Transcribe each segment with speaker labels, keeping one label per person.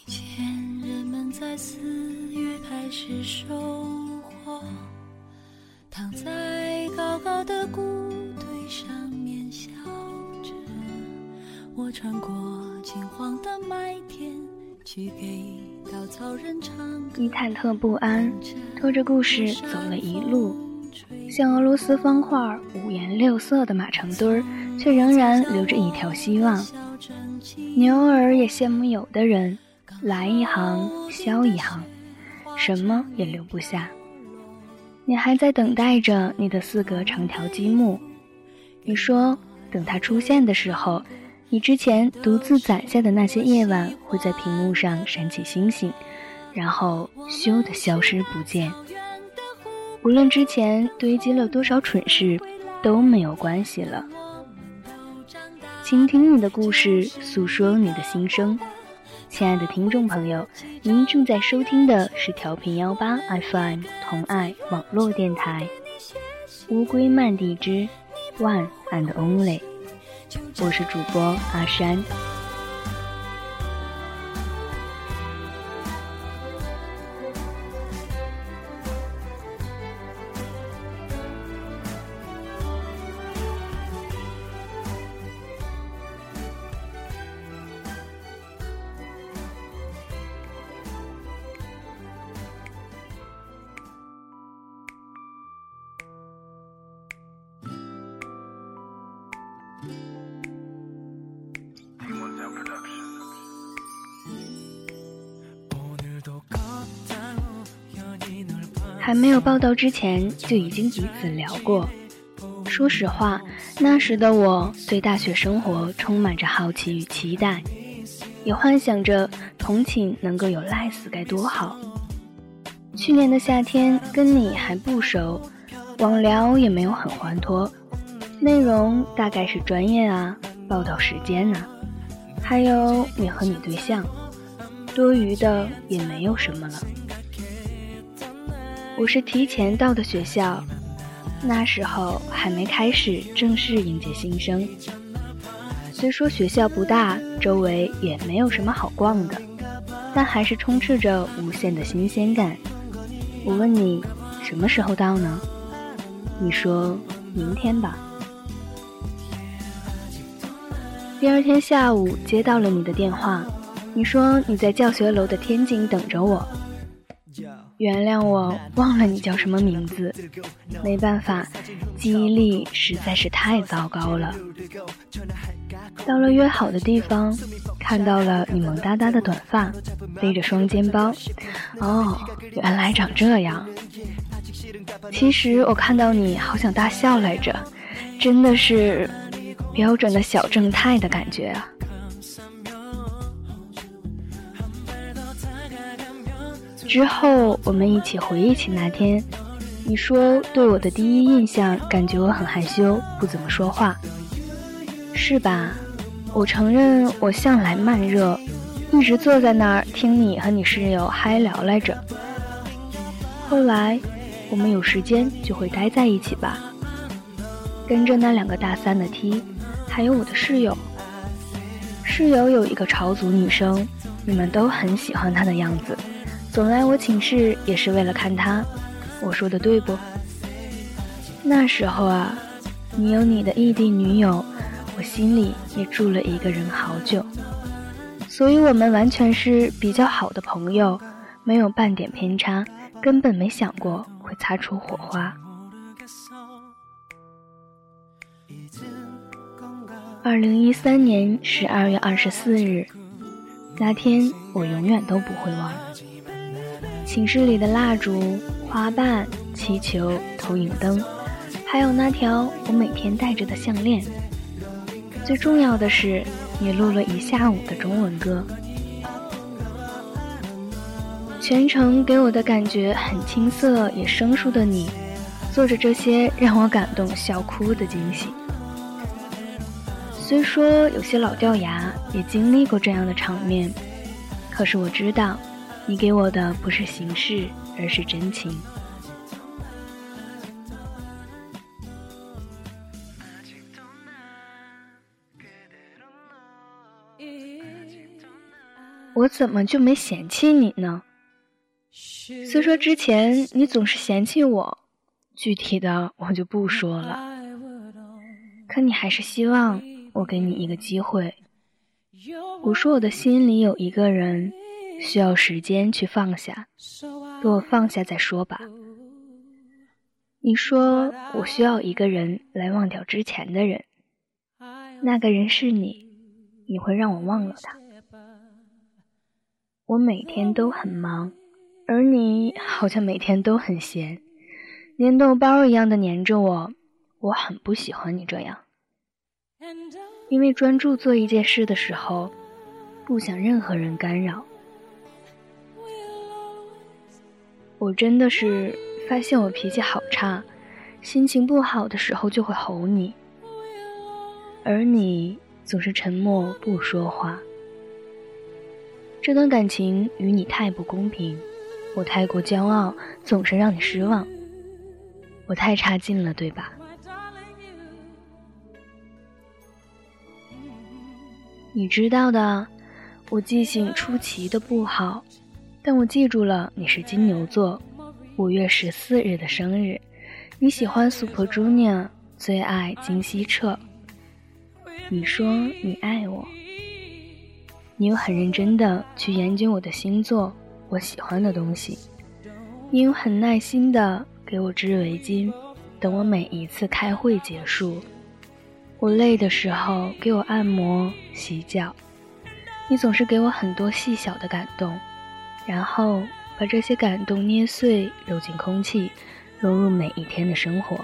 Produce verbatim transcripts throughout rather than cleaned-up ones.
Speaker 1: 前人们在四月开始收获，躺在高高的谷堆上面笑着，我穿过金黄的麦田，去给稻草人唱歌。
Speaker 2: 你忐忑不安，拖着故事走了一路，像俄罗斯方块五颜六色的马成堆儿，却仍然留着一条希望。你偶尔也羡慕有的人，来一行消一行，什么也留不下。你还在等待着你的四格长条积木，你说等它出现的时候，你之前独自攒下的那些夜晚会在屏幕上闪起星星，然后咻地消失不见。无论之前堆积了多少蠢事，都没有关系了。倾听你的故事，诉说你的心声。亲爱的听众朋友，您正在收听的是调频幺八 F M 同爱网络电台，乌龟曼蒂之 One and Only， 我是主播阿山。还没有报道之前就已经彼此聊过。说实话，那时的我对大学生活充满着好奇与期待，也幻想着同寝能够有赖死该多好。去年的夏天跟你还不熟，网聊也没有很欢脱，内容大概是专业啊，报道时间啊，还有你和你对象，多余的也没有什么了。我是提前到的学校，那时候还没开始正式迎接新生。虽说学校不大，周围也没有什么好逛的，但还是充斥着无限的新鲜感。我问你什么时候到呢？你说明天吧。第二天下午接到了你的电话，你说你在教学楼的天井等着我。原谅我忘了你叫什么名字，没办法，记忆力实在是太糟糕了。到了约好的地方，看到了你萌哒哒的短发，背着双肩包。哦，原来长这样。其实我看到你好想大笑来着，真的是标准的小正太的感觉啊。之后我们一起回忆起那天，你说对我的第一印象感觉我很害羞，不怎么说话，是吧？我承认我向来慢热，一直坐在那儿听你和你室友嗨聊来着。后来我们有时间就会待在一起吧，跟着那两个大三的 T， 还有我的室友。室友有一个潮族女生，你们都很喜欢她的样子，总来我寝室也是为了看她，我说的对不？那时候啊，你有你的异地女友，我心里也住了一个人好久，所以我们完全是比较好的朋友，没有半点偏差，根本没想过会擦出火花。二零一三年十二月二十四日，那天我永远都不会忘。寝室里的蜡烛、花瓣、气球、投影灯，还有那条我每天戴着的项链。最重要的是，你录了一下午的中文歌，全程给我的感觉很青涩也生疏的你，做着这些让我感动笑哭的惊喜。虽说有些老掉牙，也经历过这样的场面，可是我知道你给我的不是形式，而是真情。 我怎么就没嫌弃你呢？虽说之前你总是嫌弃我，具体的我就不说了，可你还是希望我给你一个机会。我说我的心里有一个人，需要时间去放下，给我放下再说吧。你说我需要一个人来忘掉之前的人，那个人是你，你会让我忘了他。我每天都很忙，而你好像每天都很闲，粘豆包一样的粘着我，我很不喜欢你这样。因为专注做一件事的时候，不想任何人干扰。我真的是发现我脾气好差，心情不好的时候就会吼你，而你总是沉默不说话。这段感情与你太不公平，我太过骄傲，总是让你失望。我太差劲了，对吧？你知道的，我记性出奇的不好，但我记住了你是金牛座，五月十四日的生日，你喜欢 Super Junior， 最爱金希澈。你说你爱我，你又很认真的去研究我的星座，我喜欢的东西，你又很耐心的给我织围巾，等我每一次开会结束。我累的时候给我按摩洗脚，你总是给我很多细小的感动，然后把这些感动捏碎揉进空气，融入每一天的生活。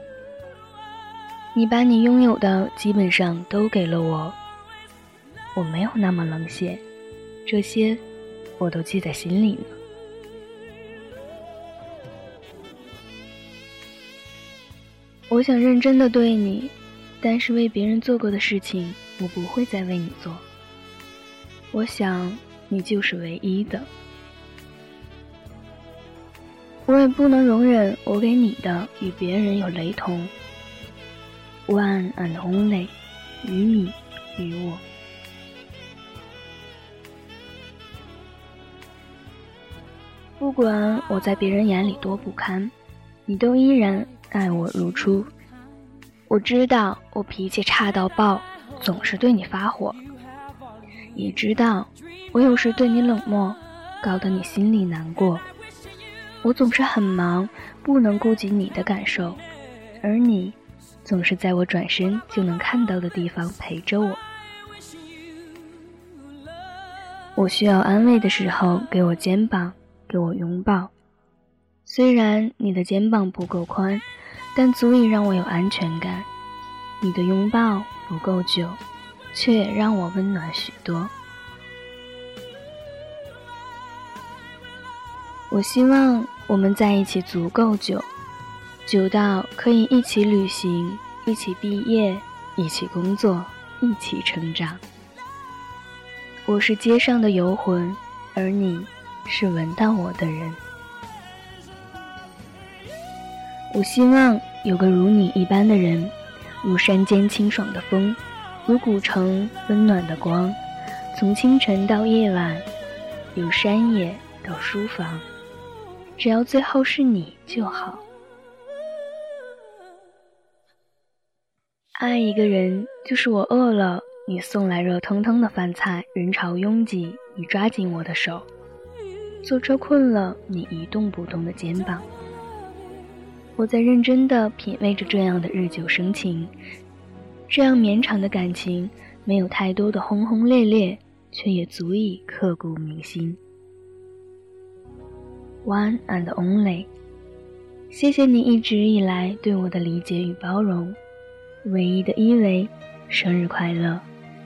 Speaker 2: 你把你拥有的基本上都给了我，我没有那么冷血，这些我都记在心里呢。我想认真的对你，但是为别人做过的事情，我不会再为你做。我想你就是唯一的，我也不能容忍我给你的与别人有雷同。One and only， 与你与我。不管我在别人眼里多不堪，你都依然爱我如初。我知道我脾气差到爆，总是对你发火，也知道我有时对你冷漠，搞得你心里难过。我总是很忙，不能顾及你的感受，而你总是在我转身就能看到的地方陪着我。我需要安慰的时候，给我肩膀，给我拥抱。虽然你的肩膀不够宽，但足以让我有安全感。你的拥抱不够久，却也让我温暖许多。我希望我们在一起足够久，久到可以一起旅行，一起毕业，一起工作，一起成长。我是街上的游魂，而你是闻到我的人。我希望有个如你一般的人，如山间清爽的风，如古城温暖的光，从清晨到夜晚，由山野到书房，只要最后是你就好。爱一个人，就是我饿了，你送来热腾腾的饭菜，人潮拥挤，你抓紧我的手，坐车困了，你一动不动的肩膀。我在认真地品味着这样的日久生情，这样绵长的感情，没有太多的轰轰烈烈，却也足以刻骨铭心。One and only， 谢谢你一直以来对我的理解与包容。唯一的依偎，生日快乐！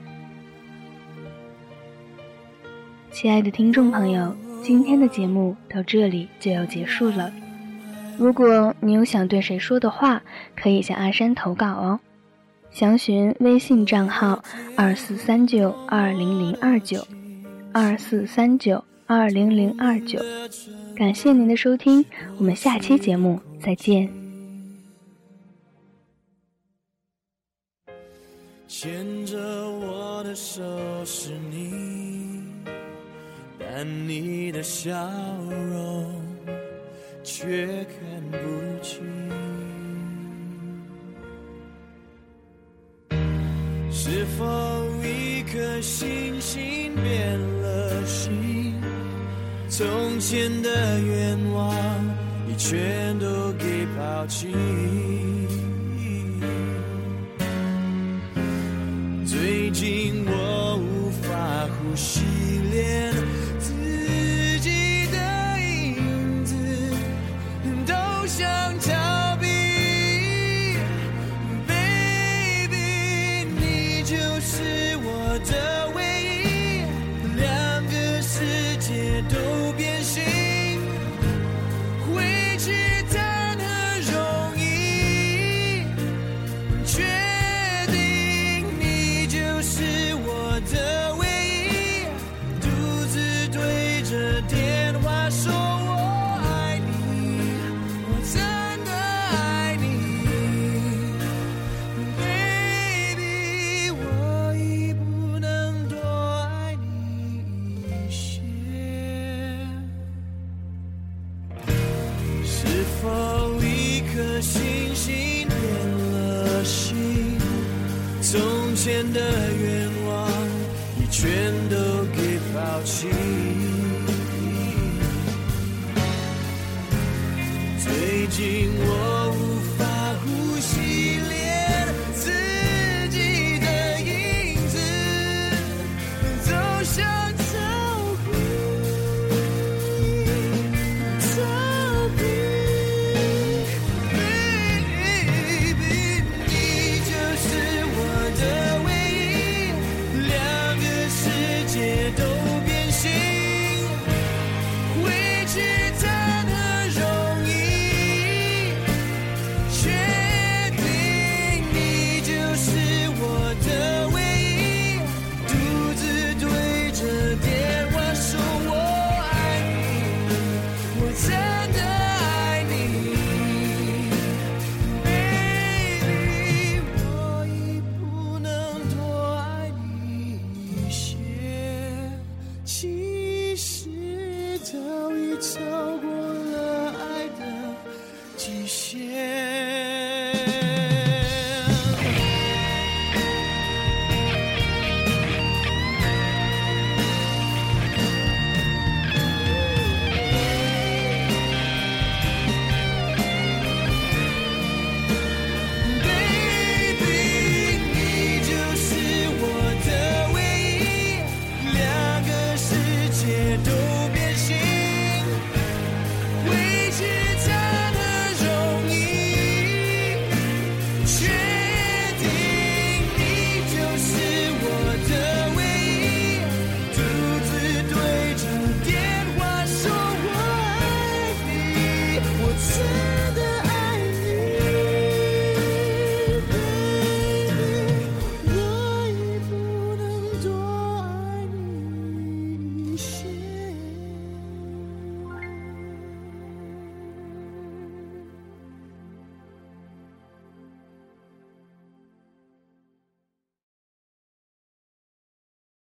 Speaker 2: 亲爱的听众朋友，今天的节目到这里就要结束了。如果你有想对谁说的话，可以向阿山投稿哦。详询微信账号二四三九二零零二九二四三九二零零二九。感谢您的收听，我们下期节目再见。
Speaker 3: 牵着我的手是你， 但你的笑容却看不清。是否一颗星星变了心？从前的愿望已全都给抛弃。最近我无法呼吸，连自己的影子都想逃避。 Baby， 你就是我的唯一，两个世界都变形，回去谈何容易？确定你就是我的唯一，独自对着电话说我爱你，我真的爱你 ，Baby， 我已不能多爱你一些。是否一颗星星变了心？从前的愿望已全都给抛弃。最近我